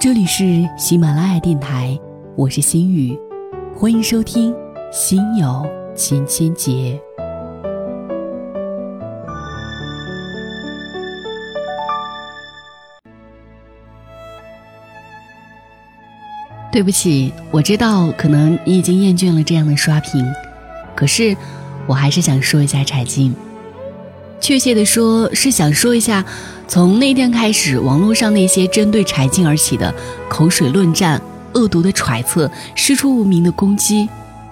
这里是喜马拉雅电台，我是心雨，欢迎收听心有千千结。对不起，我知道可能你已经厌倦了这样的刷屏，可是我还是想说一下柴静。确切的说，是想说一下从那天开始，网络上那些针对柴静而起的口水论战、恶毒的揣测、师出无名的攻击。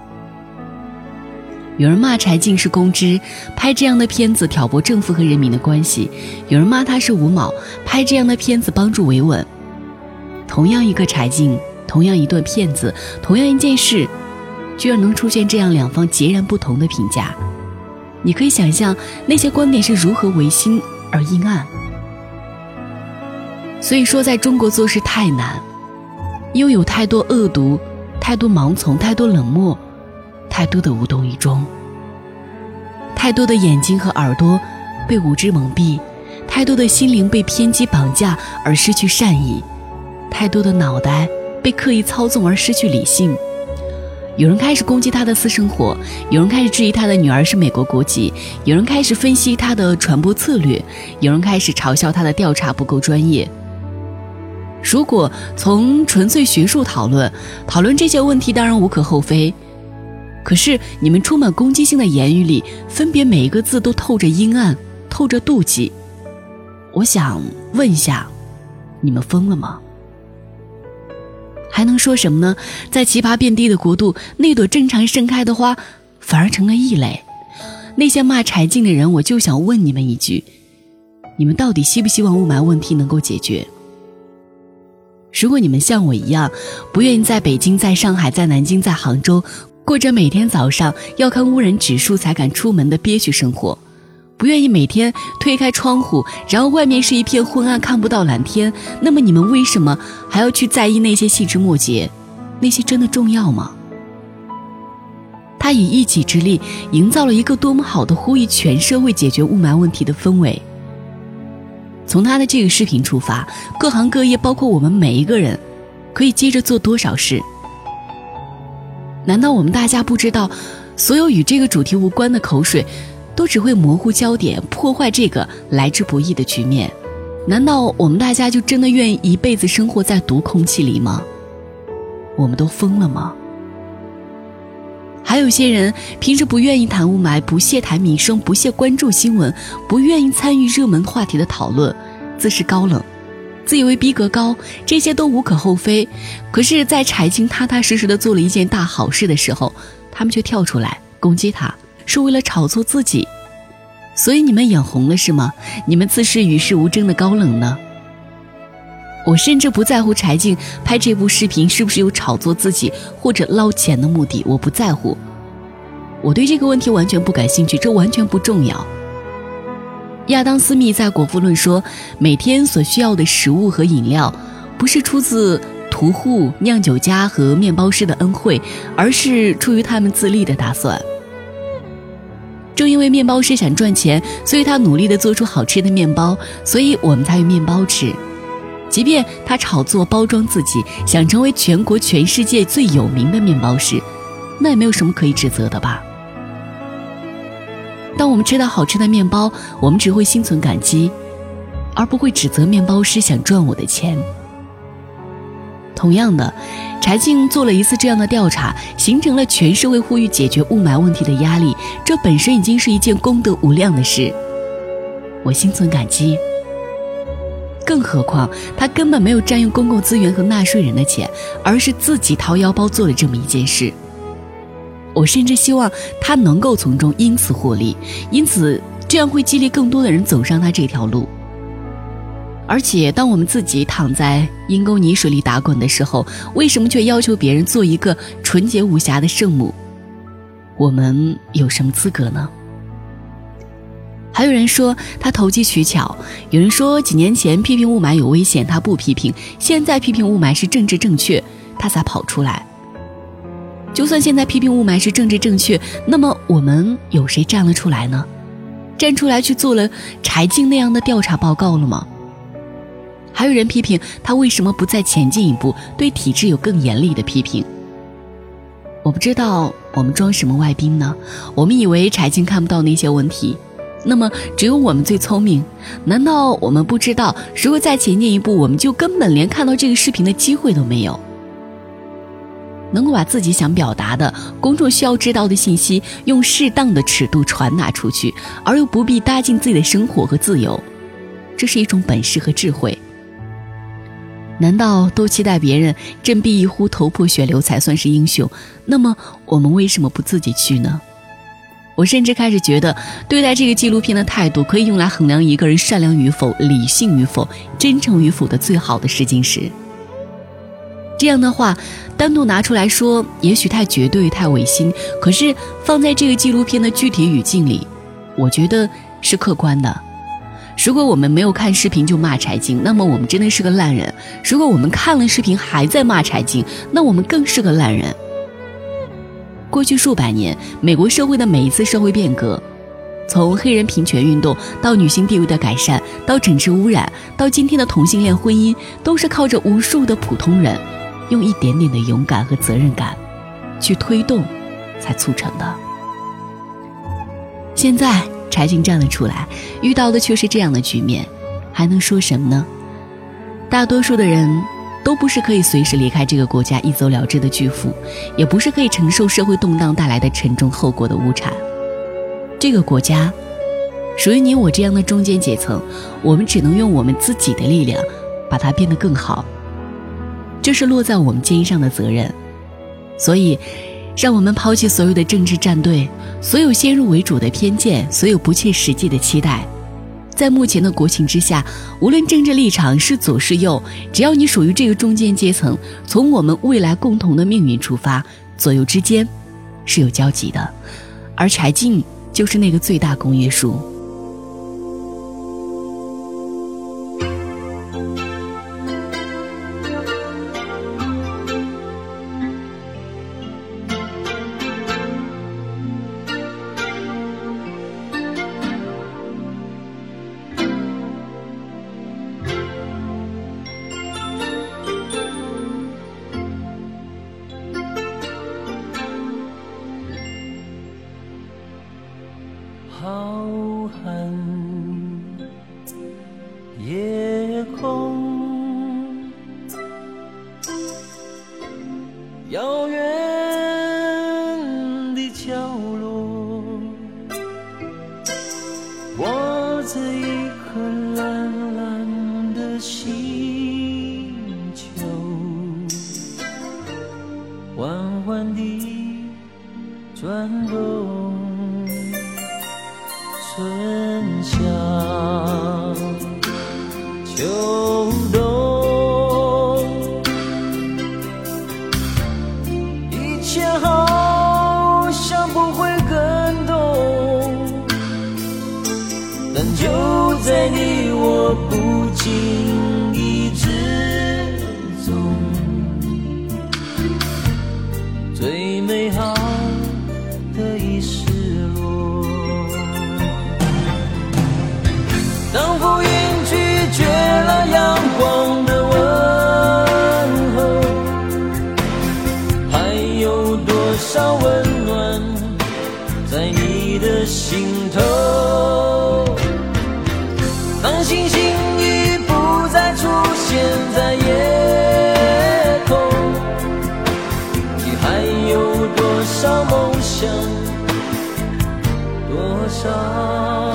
有人骂柴静是公知，拍这样的片子挑拨政府和人民的关系；有人骂他是无脑，拍这样的片子帮助维稳。同样一个柴静，同样一段片子，同样一件事，居然能出现这样两方截然不同的评价。你可以想象那些观点是如何违心而阴暗。所以说在中国做事太难，因为有太多恶毒，太多盲从，太多冷漠，太多的无动于衷，太多的眼睛和耳朵被无知蒙蔽，太多的心灵被偏激绑架而失去善意，太多的脑袋被刻意操纵而失去理性。有人开始攻击他的私生活，有人开始质疑他的女儿是美国国籍，有人开始分析他的传播策略，有人开始嘲笑他的调查不够专业。如果从纯粹学术讨论这些问题，当然无可厚非，可是你们充满攻击性的言语里，分别每一个字都透着阴暗，透着妒忌。我想问一下，你们疯了吗？还能说什么呢？在奇葩遍地的国度，那朵正常盛开的花反而成了异类。那些骂柴静的人，我就想问你们一句，你们到底希不希望雾霾问题能够解决？如果你们像我一样，不愿意在北京、在上海、在南京、在杭州过着每天早上要看污染指数才敢出门的憋屈生活，不愿意每天推开窗户，然后外面是一片昏暗，看不到蓝天，那么你们为什么还要去在意那些细枝末节？那些真的重要吗？他以一己之力营造了一个多么好的呼吁全社会解决雾霾问题的氛围。从他的这个视频出发，各行各业包括我们每一个人可以接着做多少事？难道我们大家不知道，所有与这个主题无关的口水都只会模糊焦点，破坏这个来之不易的局面？难道我们大家就真的愿意一辈子生活在毒空气里吗？我们都疯了吗？还有些人平时不愿意谈雾霾，不屑谈民生，不屑关注新闻，不愿意参与热门话题的讨论，自视高冷，自以为逼格高，这些都无可厚非。可是在柴静踏踏实实的做了一件大好事的时候，他们却跳出来攻击他，是为了炒作自己。所以你们眼红了是吗？你们自视与世无争的高冷呢？我甚至不在乎柴静拍这部视频是不是有炒作自己或者捞钱的目的，我不在乎，我对这个问题完全不感兴趣，这完全不重要。亚当·斯密在《国富论》说，每天所需要的食物和饮料不是出自屠户、酿酒家和面包师的恩惠，而是出于他们自立的打算。正因为面包师想赚钱，所以他努力地做出好吃的面包，所以我们才有面包吃。即便他炒作包装自己，想成为全国全世界最有名的面包师，那也没有什么可以指责的吧。当我们吃到好吃的面包，我们只会心存感激，而不会指责面包师想赚我的钱。同样的，柴静做了一次这样的调查，形成了全社会呼吁解决雾霾问题的压力，这本身已经是一件功德无量的事，我心存感激。更何况他根本没有占用公共资源和纳税人的钱，而是自己掏腰包做了这么一件事。我甚至希望他能够从中因此获利，因此这样会激励更多的人走上他这条路。而且当我们自己躺在阴沟泥水里打滚的时候，为什么却要求别人做一个纯洁无瑕的圣母？我们有什么资格呢？还有人说他投机取巧，有人说几年前批评雾霾有危险他不批评，现在批评雾霾是政治正确他才跑出来。就算现在批评雾霾是政治正确，那么我们有谁站了出来呢？站出来去做了柴静那样的调查报告了吗？ 还有人批评他为什么不再前进一步，对体制有更严厉的批评。我不知道我们装什么外宾呢？我们以为柴静看不到那些问题，那么只有我们最聪明。难道我们不知道，如果再前进一步，我们就根本连看到这个视频的机会都没有？能够把自己想表达的、公众需要知道的信息用适当的尺度传达出去，而又不必搭进自己的生活和自由，这是一种本事和智慧。难道都期待别人振臂一呼头破血流才算是英雄？那么我们为什么不自己去呢？我甚至开始觉得，对待这个纪录片的态度可以用来衡量一个人善良与否、理性与否、真诚与否的最好的试金石。这样的话单独拿出来说也许太绝对太违心，可是放在这个纪录片的具体语境里，我觉得是客观的。如果我们没有看视频就骂柴静，那么我们真的是个烂人；如果我们看了视频还在骂柴静，那我们更是个烂人。过去数百年，美国社会的每一次社会变革，从黑人平权运动到女性地位的改善，到整治污染，到今天的同性恋婚姻，都是靠着无数的普通人用一点点的勇敢和责任感去推动才促成的。现在柴静站了出来，遇到的却是这样的局面，还能说什么呢？大多数的人都不是可以随时离开这个国家一走了之的巨富，也不是可以承受社会动荡带来的沉重后果的无产。这个国家属于你我这样的中间阶层，我们只能用我们自己的力量把它变得更好，这是落在我们肩上的责任。所以让我们抛弃所有的政治站队，所有先入为主的偏见，所有不切实际的期待。在目前的国情之下，无论政治立场是左是右，只要你属于这个中间阶层，从我们未来共同的命运出发，左右之间是有交集的。而柴静就是那个最大公约数。 浩瀚夜空，遥远的角落，我这一颗蓝蓝的星球，缓缓地转动。春夏秋冬，一切好像不会更动，但就在你我不经意之中，最美好的已失落。当浮云拒绝了阳光的问候，还有多少温暖在你的心头？当星星已不再出现在夜空，你还有多少梦想，多少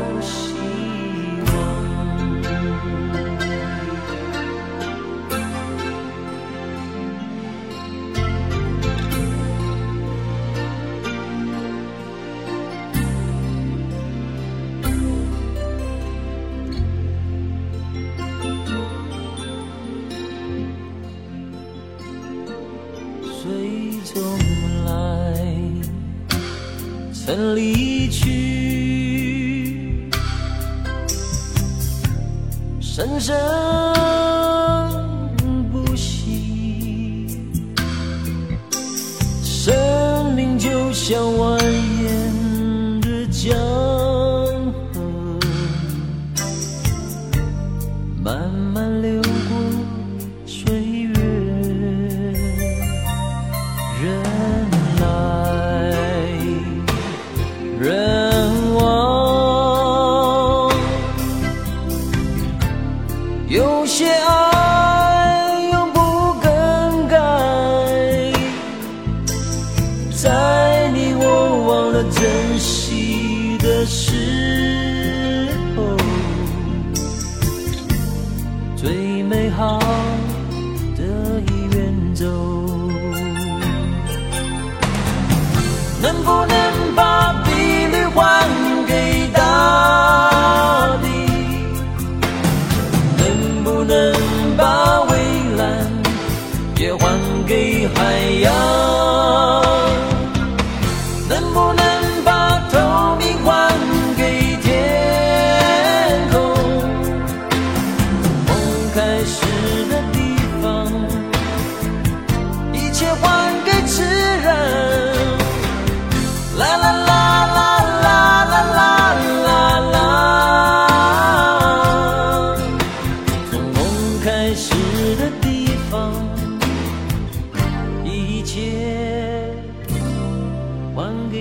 水中来，曾离去，生生不息。生命就像蜿蜒的江河，慢慢流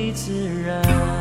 自然。